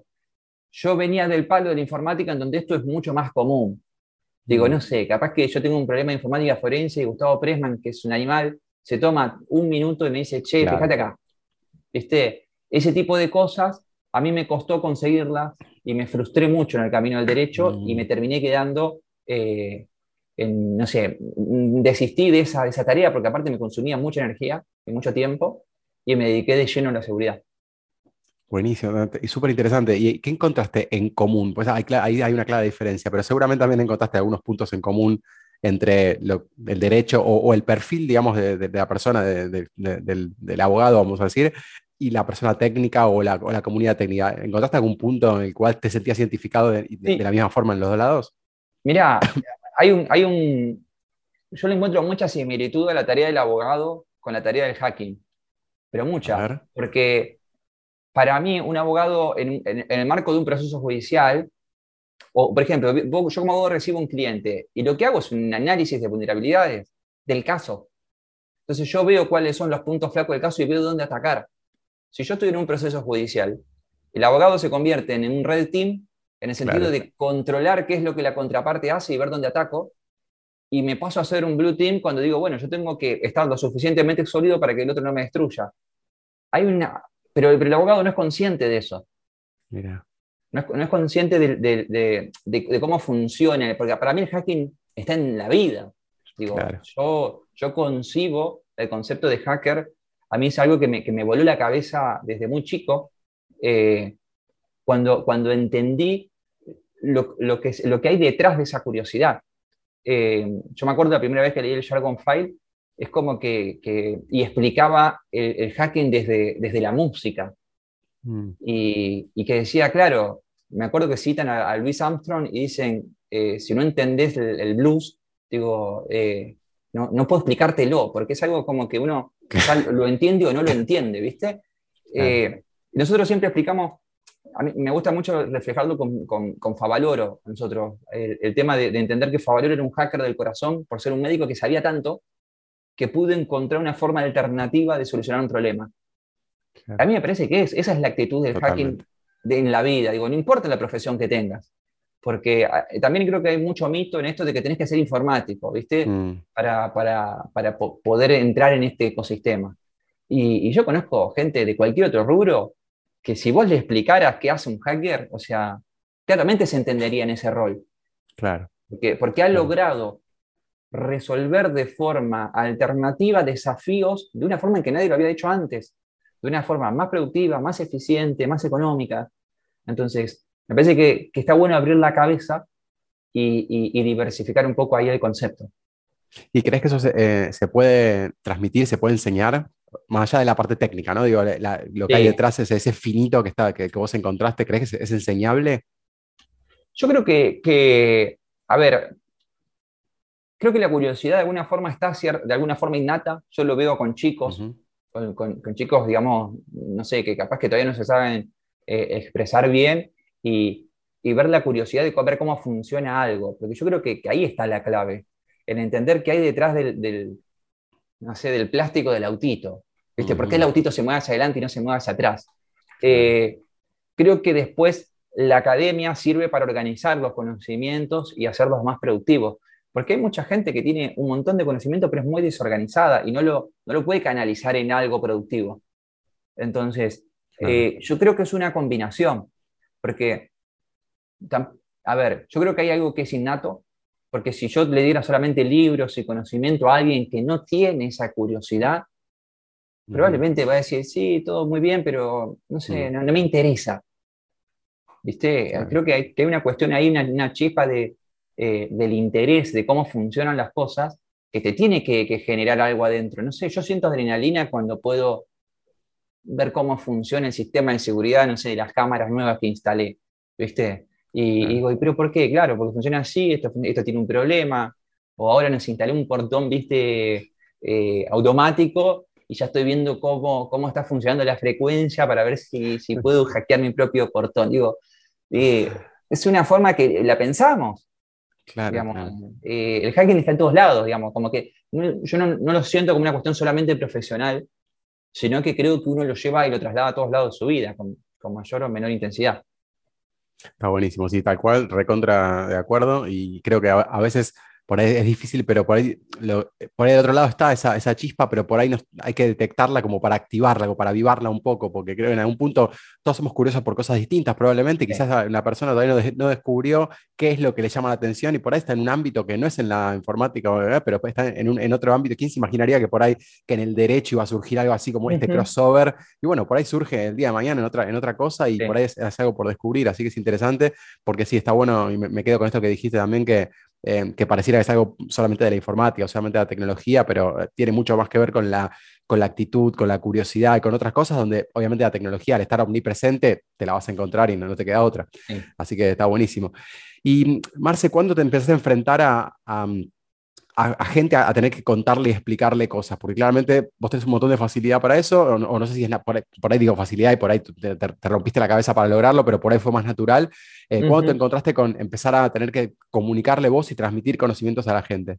Speaker 3: yo venía del palo de la informática en donde esto es mucho más común. Digo,
Speaker 2: Mm,
Speaker 3: no sé, capaz que yo tengo un problema de informática forense y Gustavo Pressman, que es un animal, se toma un minuto y me dice, che,
Speaker 2: claro.
Speaker 3: fíjate acá. ¿Viste? Ese tipo de cosas a mí me costó conseguirlas y me frustré mucho en el camino del derecho y me
Speaker 2: Mm,
Speaker 3: terminé quedando, eh, en, no sé, desistí de esa, de esa tarea porque aparte me consumía mucha energía y mucho tiempo y me dediqué de lleno a la seguridad.
Speaker 2: buenísimo, ¿no? Y súper interesante. ¿Y qué encontraste en común? Pues hay, cla- ahí hay una clara diferencia, pero seguramente también encontraste algunos puntos en común entre lo- el derecho o, o el perfil, digamos, de, de- de la persona, de- de- de- del, del abogado, vamos a decir, y la persona técnica o la, o la comunidad técnica. ¿Encontraste algún punto en el cual te sentías identificado de, de- de
Speaker 3: Sí,
Speaker 2: la misma forma en los dos lados?
Speaker 3: mirá, hay un, hay un, yo le encuentro mucha similitud a la tarea del abogado con la tarea del hacking, pero
Speaker 2: A
Speaker 3: mucha,
Speaker 2: ver,
Speaker 3: porque para mí un abogado en, en- en el marco de un proceso judicial, o por ejemplo, vos- yo como abogado recibo un cliente y lo que hago es un análisis de vulnerabilidades del caso. Entonces yo veo cuáles son los puntos flacos del caso y veo dónde atacar. Si yo estoy en un proceso judicial, el abogado se convierte en un red team en el sentido
Speaker 2: claro,
Speaker 3: de controlar qué es lo que la contraparte hace y ver dónde ataco, y me paso a ser un blue team cuando digo, bueno, yo tengo que estar lo suficientemente sólido para que el otro no me destruya. Hay una, pero, pero el abogado no es consciente de eso.
Speaker 2: mira,
Speaker 3: No es, no es consciente de, de, de, de, de cómo funciona, porque para mí el hacking está en la vida. Digo,
Speaker 2: claro.
Speaker 3: yo, yo concibo el concepto de hacker, a mí es algo que me, que me voló la cabeza desde muy chico, eh, cuando, cuando entendí lo, lo, que, lo que hay detrás de esa curiosidad. Eh, yo me acuerdo la primera vez que leí el Jargon File, es como que, que y explicaba el, el hacking desde, desde la música.
Speaker 2: Mm,
Speaker 3: Y, y que decía, claro, me acuerdo que citan a, a Louis Armstrong y dicen, eh, si no entendés el, el blues, digo, eh, no, no puedo explicártelo, porque es algo como que uno ya lo entiende o no lo entiende, ¿viste?
Speaker 2: claro.
Speaker 3: Eh, nosotros siempre explicamos, a mí me gusta mucho reflejarlo con, con, con Favaloro, nosotros, el, el tema de, de entender que Favaloro era un hacker del corazón por ser un médico que sabía tanto que pudo encontrar una forma alternativa de solucionar un problema. A
Speaker 2: Claro,
Speaker 3: mí me parece que es, esa es la actitud del hacking
Speaker 2: totalmente.
Speaker 3: de, en la vida. Digo, no importa la profesión que tengas. Porque ah, también creo que hay mucho mito en esto de que tenés que ser informático, ¿viste?
Speaker 2: Mm,
Speaker 3: Para, para, para po- poder entrar en este ecosistema. Y, y yo conozco gente de cualquier otro rubro que si vos le explicaras qué hace un hacker, o sea, claramente se entendería en ese rol.
Speaker 2: claro,
Speaker 3: Porque, porque ha
Speaker 2: claro.
Speaker 3: logrado resolver de forma alternativa desafíos de una forma en que nadie lo había hecho antes, de una forma más productiva, más eficiente, más económica. Entonces, me parece que, que está bueno abrir la cabeza y, y, y diversificar un poco ahí el concepto.
Speaker 2: ¿Y crees que eso se, eh, se puede transmitir, se puede enseñar? más allá de la parte técnica, ¿no? Digo, la- lo que hay
Speaker 3: Sí.
Speaker 2: detrás es ese finito que, está, que, que vos encontraste, ¿crees que es, es enseñable?
Speaker 3: Yo creo que, que, a ver, creo que la curiosidad de alguna forma está cier- de alguna forma innata. Yo lo veo con chicos,
Speaker 2: Ujú.
Speaker 3: con, con- con chicos, digamos, no sé, que capaz que todavía no se saben eh, expresar bien y, y ver la curiosidad de co- ver cómo funciona algo. Porque yo creo que, que ahí está la clave, en entender qué hay detrás del, del, no sé, del plástico del autito. ¿Viste? ¿Por qué el
Speaker 2: Ujú.
Speaker 3: autito se mueve hacia adelante y no se mueve hacia atrás?
Speaker 2: Claro.
Speaker 3: Eh, Creo que después la academia sirve para organizar los conocimientos y hacerlos más productivos. Porque hay mucha gente que tiene un montón de conocimiento, pero es muy desorganizada y no lo, no lo puede canalizar en algo productivo. Entonces,
Speaker 2: Claro.
Speaker 3: eh, yo creo que es una combinación. Porque, tam- a ver, yo creo que hay algo que es innato, porque si yo le diera solamente libros y conocimiento a alguien que no tiene esa curiosidad,
Speaker 2: Ujú.
Speaker 3: probablemente va a decir, sí, todo muy bien, pero no sé,
Speaker 2: Mm.
Speaker 3: no, no me interesa. ¿Viste?
Speaker 2: Claro.
Speaker 3: Creo que hay, que hay una cuestión ahí, una, una chispa de, eh, del interés de cómo funcionan las cosas que te tiene que, que generar algo adentro. No sé, yo siento adrenalina cuando puedo ver cómo funciona el sistema de seguridad, no sé, de las cámaras nuevas que instalé, ¿viste? Y, y
Speaker 2: Claro.
Speaker 3: digo, ¿y pero por qué? Claro, porque funciona así, esto, esto tiene un problema, o ahora nos instalé un portón, ¿viste? Eh, automático, y ya estoy viendo cómo, cómo está funcionando la frecuencia para ver si, si puedo hackear mi propio portón. Digo, eh, es una forma que la pensamos,
Speaker 2: Claro,
Speaker 3: digamos.
Speaker 2: claro.
Speaker 3: Eh, el hacking está en todos lados, digamos, como que no- yo no, no lo siento como una cuestión solamente profesional, sino que creo que uno lo lleva y lo traslada a todos lados de su vida, con, con mayor o menor intensidad.
Speaker 2: Está buenísimo, sí, tal cual, recontra de acuerdo. Y creo que a, a veces por ahí es difícil, pero por ahí, lo- por ahí del otro lado está esa, esa chispa, pero por ahí nos, hay que detectarla como para activarla, como para avivarla un poco, porque creo que en algún punto todos somos curiosos por cosas distintas, probablemente.
Speaker 3: Sí.
Speaker 2: Quizás una persona todavía no, de- no descubrió qué es lo que le llama la atención y por ahí está en un ámbito que no es en la informática, ¿verdad? Pero está en, un, en otro ámbito. ¿Quién se imaginaría que por ahí, que en el derecho iba a surgir algo así como este
Speaker 3: Ujú.
Speaker 2: crossover? Y bueno, por ahí surge el día de mañana en otra, en otra cosa y por
Speaker 3: Sí.
Speaker 2: ahí es, es algo por descubrir, así que es interesante porque sí, está bueno, y me, me quedo con esto que dijiste también, que, eh, que pareciera que es algo solamente de la informática o solamente de la tecnología, pero eh, tiene mucho más que ver con la, con la actitud, con la curiosidad y con otras cosas, donde obviamente la tecnología, al estar omnipresente, te la vas a encontrar y no, no te queda otra.
Speaker 3: Sí.
Speaker 2: Así que está buenísimo. Y Marce, ¿cuándo te empezaste a enfrentar a, a, a, a gente a, a tener que contarle y explicarle cosas? Porque claramente vos tenés un montón de facilidad para eso, o no, o no sé si es na- por ahí, por ahí digo facilidad y por ahí te, te- te rompiste la cabeza para lograrlo, pero por ahí fue más natural. Eh, ¿cuándo te
Speaker 3: Ujú.
Speaker 2: encontraste con empezar a tener que comunicarle vos y transmitir conocimientos a la gente?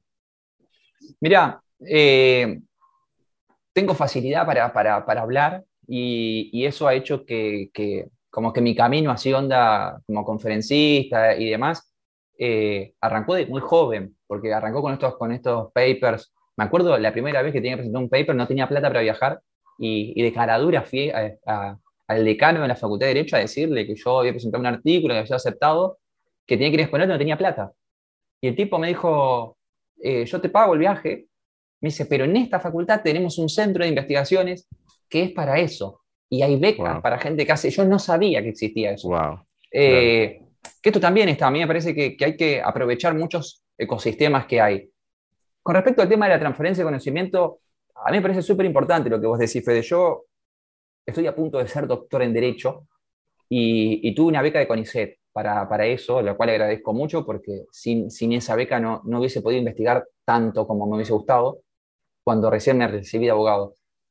Speaker 3: Mirá, eh, tengo facilidad para, para, para hablar y, y eso ha hecho que, que como que mi camino así onda como conferencista y demás, eh, arrancó de muy joven, porque arrancó con estos, con estos papers. Me acuerdo la primera vez que tenía que presentar un paper, no tenía plata para viajar y, y de caradura fui a- a- al decano de la Facultad de Derecho a decirle que yo había presentado un artículo que había sido aceptado, que tenía que ir a exponer, no tenía plata. Y el tipo me dijo, eh, yo te pago el viaje. Me dice, pero en esta facultad tenemos un centro de investigaciones que es para eso. Y hay becas
Speaker 2: Wow,
Speaker 3: para gente que hace. Yo no sabía que existía eso.
Speaker 2: wow, claro.
Speaker 3: Eh, que esto también está. A mí me parece que, que hay que aprovechar muchos ecosistemas que hay. Con respecto al tema de la transferencia de conocimiento, a mí me parece súper importante lo que vos decís, Fede. Yo estoy a punto de ser doctor en Derecho y, y tuve una beca de CONICET para, para eso, lo cual agradezco mucho porque sin, sin esa beca no, no hubiese podido investigar tanto como me hubiese gustado cuando recién me recibí de abogado.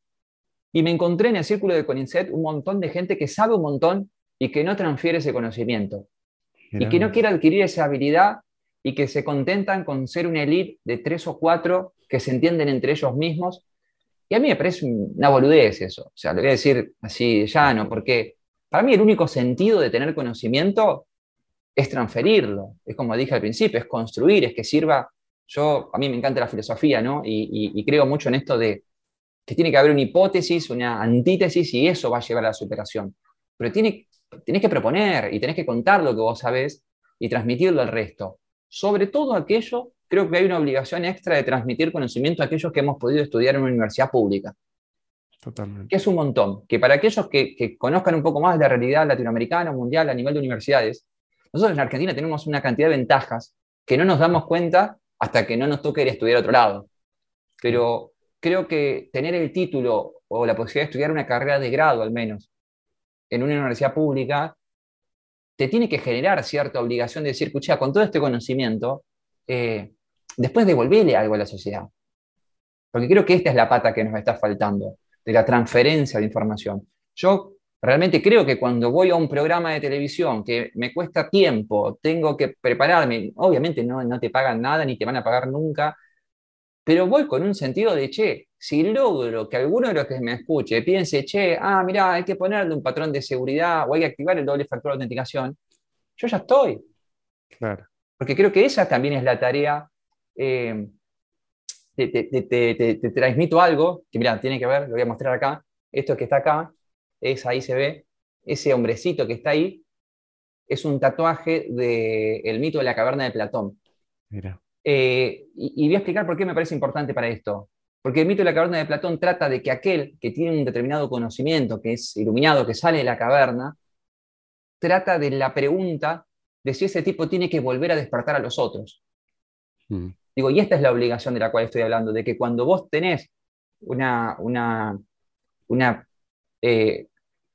Speaker 3: Y me encontré en el círculo de CONICET un montón de gente que sabe un montón y que no transfiere ese conocimiento. Y
Speaker 2: Mirá
Speaker 3: que no
Speaker 2: vos.
Speaker 3: quiere adquirir esa habilidad y que se contentan con ser una elite de tres o cuatro que se entienden entre ellos mismos. Y a mí me parece una boludez eso. O sea, lo voy a decir así de llano,
Speaker 2: Ujú.
Speaker 3: porque para mí el único sentido de tener conocimiento es transferirlo. Es como dije al principio, es construir, es que sirva. Yo, a mí me encanta la filosofía, ¿no? Y, y, y creo mucho en esto de que tiene que haber una hipótesis, una antítesis, y eso va a llevar a la superación. Pero tiene, tenés que proponer y tenés que contar lo que vos sabés y transmitirlo al resto. Sobre todo aquello, creo que hay una obligación extra de transmitir conocimiento a aquellos que hemos podido estudiar en una universidad pública, que
Speaker 2: Totalmente.
Speaker 3: es un montón. Que para aquellos que, que conozcan un poco más de la realidad latinoamericana, mundial, a nivel de universidades, nosotros en Argentina tenemos una cantidad de ventajas que no nos damos cuenta hasta que no nos toque ir a estudiar a otro lado. Pero creo que tener el título o la posibilidad de estudiar una carrera de grado al menos en una universidad pública, te tiene que generar cierta obligación de decir, escucha, con todo este conocimiento, eh, después devolverle algo a la sociedad. Porque creo que esta es la pata que nos está faltando, de la transferencia de información. Yo realmente creo que cuando voy a un programa de televisión que me cuesta tiempo, tengo que prepararme, obviamente no, no te pagan nada ni te van a pagar nunca, pero voy con un sentido de, che, si logro que alguno de los que me escuche piense, che, ah, mirá, hay que ponerle un patrón de seguridad o hay que activar el doble factor de autenticación, yo ya estoy.
Speaker 2: Claro.
Speaker 3: Porque creo que esa también es la tarea. Eh, te, te, te, te, te transmito algo, que mirá, tiene que ver, lo voy a mostrar acá, esto que está acá, es, ahí se ve, ese hombrecito que está ahí, es un tatuaje del mito de la caverna de Platón.
Speaker 2: Mira.
Speaker 3: Eh, y, y voy a explicar por qué me parece importante para esto. Porque el mito de la caverna de Platón trata de que aquel que tiene un determinado conocimiento, que es iluminado, que sale de la caverna, trata de la pregunta de si ese tipo tiene que volver a despertar a los otros. Mm. Digo, y esta es la obligación de la cual estoy hablando, de que cuando vos tenés una, una, una eh,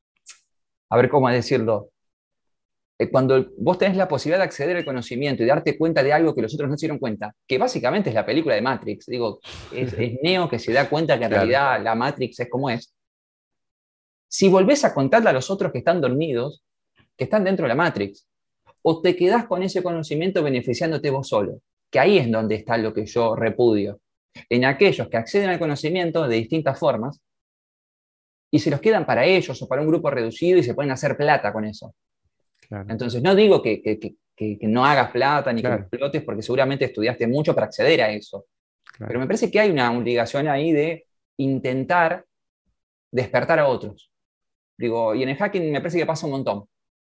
Speaker 3: a ver cómo decirlo, eh, cuando vos tenés la posibilidad de acceder al conocimiento y darte cuenta de algo que los otros no se dieron cuenta, que básicamente es la película de Matrix, digo, es, es Neo que se da cuenta que en claro. realidad la Matrix es como es. Si volvés a contarle a los otros que están dormidos, que están dentro de la Matrix, o te quedás con ese conocimiento beneficiándote vos solo, que ahí es donde está lo que yo repudio, en aquellos que acceden al conocimiento de distintas formas y se los quedan para ellos o para un grupo reducido y se pueden hacer plata con eso. Claro. Entonces no digo que, que, que, que no hagas plata ni claro. que explotes porque seguramente estudiaste mucho para acceder a eso, claro. pero me parece que hay una obligación ahí de intentar despertar a otros. Digo, y en el hacking me parece que pasa un montón.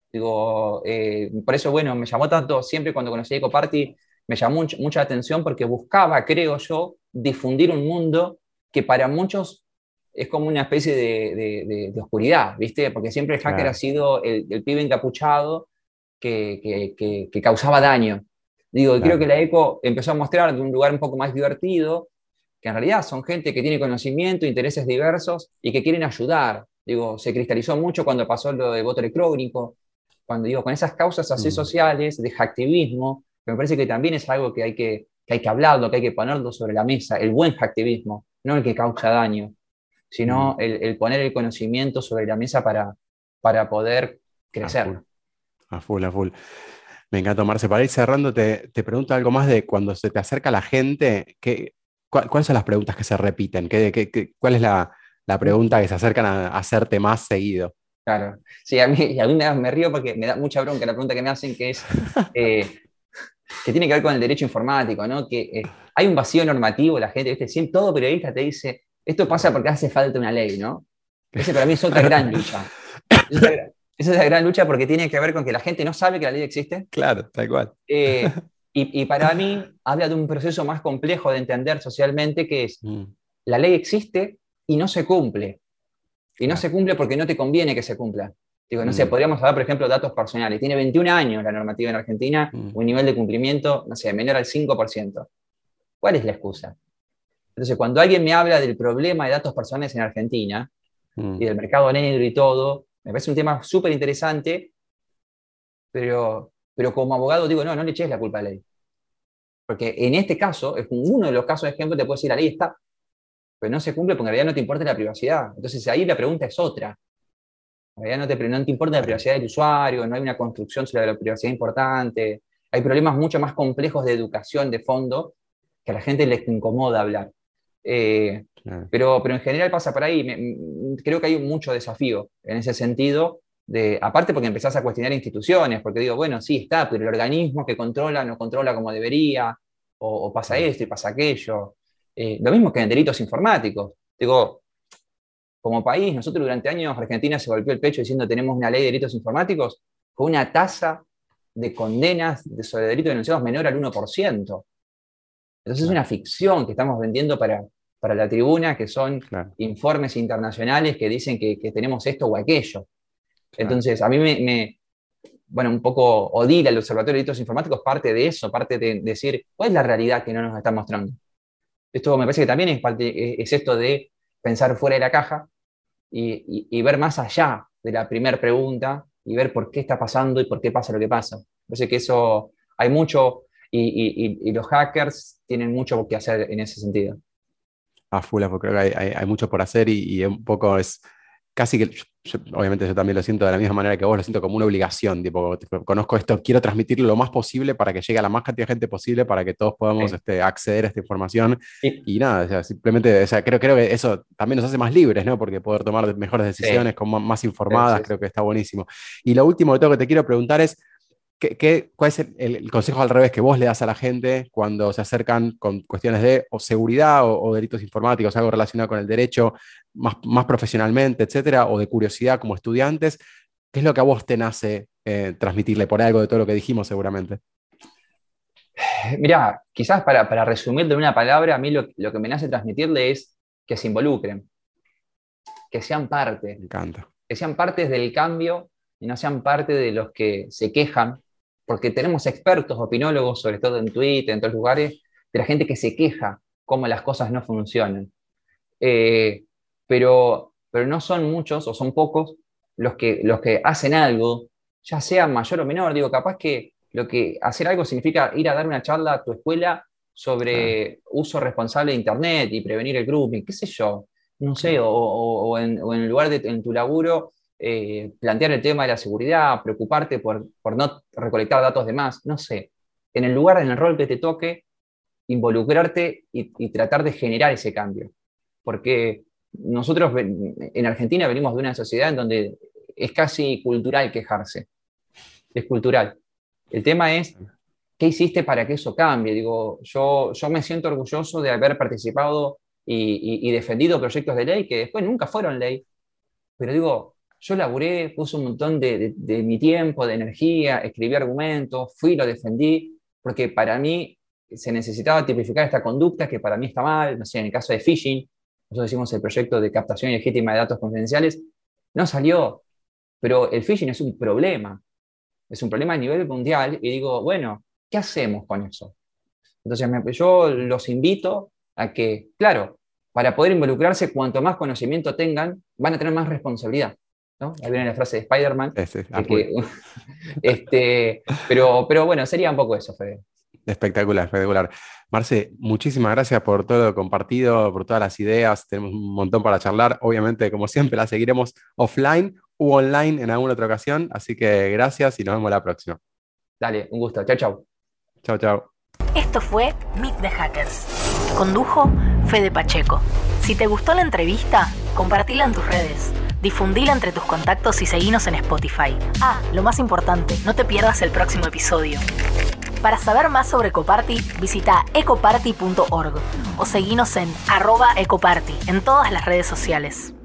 Speaker 3: Digo, eh, por eso, bueno, me llamó tanto, siempre cuando conocí a EcoParty, me llamó mucho, mucha atención porque buscaba, creo yo, difundir un mundo que para muchos es como una especie de, de, de, de oscuridad, ¿viste? Porque siempre el hacker claro. ha sido el, el pibe encapuchado que, que, que, que causaba daño. Digo, claro. creo que la Eco empezó a mostrar de un lugar un poco más divertido, que en realidad son gente que tiene conocimiento, intereses diversos y que quieren ayudar. Digo, se cristalizó mucho cuando pasó lo de voto electrónico, cuando digo, con esas causas así mm. sociales, de hacktivismo, que me parece que también es algo que hay que, que hay que hablarlo, que hay que ponerlo sobre la mesa, el buen hacktivismo, no el que causa daño, sino mm. el, el poner el conocimiento sobre la mesa para, para poder crecer.
Speaker 2: A full, a full. A full. Me encanta, Marce. Para ir cerrando, te, te pregunto algo más de cuando se te acerca la gente, ¿qué, cu ¿cuáles son las preguntas que se repiten? ¿Qué, qué, qué, ¿Cuál es la, la pregunta que se acercan a, a hacerte más seguido?
Speaker 3: Claro, sí, a mí, a mí me, me río porque me da mucha bronca la pregunta que me hacen, que es, eh, que tiene que ver con el derecho informático, ¿no? Que eh, hay un vacío normativo, la gente, ¿viste? Siempre todo periodista te dice, esto pasa porque hace falta una ley, ¿no? Ese para mí es otra gran lucha. Esa es, esa es la gran lucha porque tiene que ver con que la gente no sabe que la ley existe.
Speaker 2: Claro, tal cual.
Speaker 3: Eh, y, y para mí habla de un proceso más complejo de entender socialmente, que es, mm. la ley existe y no se cumple. Y no se cumple porque no te conviene que se cumpla. Digo, no mm. sé, podríamos hablar, por ejemplo, de datos personales. Tiene veintiún años la normativa en Argentina, mm. un nivel de cumplimiento, no sé, menor al cinco por ciento. ¿Cuál es la excusa? Entonces, cuando alguien me habla del problema de datos personales en Argentina, mm. y del mercado negro y todo, me parece un tema súper interesante, pero, pero como abogado digo, no, no le eches la culpa a la ley. Porque en este caso, es uno de los casos de ejemplo, te puedo decir, la ley está, pero no se cumple porque en realidad no te importa la privacidad. Entonces ahí la pregunta es otra. En realidad no te, no te importa la privacidad del usuario, no hay una construcción sobre la privacidad importante, hay problemas mucho más complejos de educación de fondo que a la gente les incomoda hablar. Eh, claro. pero, pero en general pasa por ahí. Me, creo que hay mucho desafío en ese sentido, de, aparte porque empezás a cuestionar instituciones, porque digo, bueno, sí está, pero el organismo que controla no controla como debería, o, o pasa esto y pasa aquello. Eh, lo mismo que en delitos informáticos. Digo, como país, nosotros durante años, Argentina se golpeó el pecho diciendo tenemos una ley de delitos informáticos con una tasa de condenas de sobre delitos denunciados menor al uno por ciento. Entonces es una ficción que estamos vendiendo para, para la tribuna, que son claro. informes internacionales que dicen que, que tenemos esto o aquello. Claro. Entonces, a mí me, me, bueno, un poco Odila, el Observatorio de Delitos Informáticos, parte de eso, parte de decir, ¿cuál es la realidad que no nos está mostrando? Esto me parece que también es, parte, es esto de pensar fuera de la caja y, y, y ver más allá de la primera pregunta y ver por qué está pasando y por qué pasa lo que pasa. Parece que eso hay mucho, y, y, y los hackers tienen mucho que hacer en ese sentido.
Speaker 2: A full, a full, creo que hay, hay, hay mucho por hacer y, y un poco es casi que, yo, yo, obviamente yo también lo siento de la misma manera que vos, lo siento como una obligación, tipo, tipo, conozco esto, quiero transmitirlo lo más posible para que llegue a la más cantidad de gente posible, para que todos podamos
Speaker 3: Sí.
Speaker 2: este, acceder a esta información
Speaker 3: Y,
Speaker 2: y nada, o sea, simplemente, o sea, creo, creo que eso también nos hace más libres, ¿no? Porque poder tomar mejores decisiones,
Speaker 3: sí,
Speaker 2: como más
Speaker 3: sí,
Speaker 2: informadas,
Speaker 3: sí,
Speaker 2: creo
Speaker 3: sí.
Speaker 2: que está buenísimo. Y lo último que tengo que te quiero preguntar es, ¿Qué, qué, cuál es el, el- el consejo al revés que vos le das a la gente cuando se acercan con cuestiones de o seguridad o, o delitos informáticos, algo relacionado con el derecho, más, más profesionalmente, etcétera, o de curiosidad como estudiantes? ¿Qué es lo que a vos te nace eh, transmitirle por algo de todo lo que dijimos seguramente?
Speaker 3: Mirá, quizás para, para resumirlo en una palabra, a mí lo, lo que me nace transmitirle es que se involucren, que sean parte,
Speaker 2: Me encanta.
Speaker 3: que sean partes del cambio y no sean parte de los que se quejan, porque tenemos expertos, opinólogos, sobre todo en Twitter, en todos lugares, de la gente que se queja cómo las cosas no funcionan. Eh, pero, pero no son muchos o son pocos los que, los que hacen algo, ya sea mayor o menor. Digo, capaz que lo que hacer algo significa ir a dar una charla a tu escuela
Speaker 2: Claro,
Speaker 3: sobre uso responsable de Internet y prevenir el grouping, qué sé yo, no sé,
Speaker 2: claro.
Speaker 3: o, o- o en, o en lugar de en tu laburo, eh, plantear el tema de la seguridad, preocuparte por, por no recolectar datos de más, no sé. En el lugar, en el rol que te toque, involucrarte y, y tratar de generar ese cambio. Porque nosotros en Argentina venimos de una sociedad en donde es casi cultural quejarse, es cultural. El tema es, ¿qué hiciste para que eso cambie? Digo, yo, yo me siento orgulloso de haber participado y, y, y defendido proyectos de ley que después nunca fueron ley, pero digo, yo laburé, puse un montón de, de, de mi tiempo, de energía, escribí argumentos, fui, lo defendí, porque para mí se necesitaba tipificar esta conducta que para mí está mal, no sé, en el caso de phishing, nosotros hicimos el proyecto de captación ilegítima de datos confidenciales, no salió, pero el phishing es un problema, es un problema a nivel mundial y digo, bueno, ¿qué hacemos con eso? Entonces me, yo los invito a que, claro, para poder involucrarse, cuanto más conocimiento tengan, van a tener más responsabilidad, ¿no? Ahí viene la frase de Spider-Man,
Speaker 2: Ese, a
Speaker 3: que,
Speaker 2: full.
Speaker 3: que, este, pero, pero bueno, sería un poco eso, Fede.
Speaker 2: Espectacular, espectacular. Marce, muchísimas gracias por todo lo compartido, por todas las ideas. Tenemos un montón para charlar. Obviamente, como siempre, la seguiremos offline u online en alguna otra ocasión. Así que gracias y nos vemos la próxima.
Speaker 3: Dale, un gusto. Chau, chau.
Speaker 2: Chao, chao.
Speaker 1: Esto fue Meet the Hackers. Condujo Fede Pacheco. Si te gustó la entrevista, compartila en tus redes, difundila entre tus contactos y seguinos en Spotify. Ah, lo más importante, no te pierdas el próximo episodio. Para saber más sobre Ecoparty, visita ecoparty punto org o seguinos en arroba ecoparty en todas las redes sociales.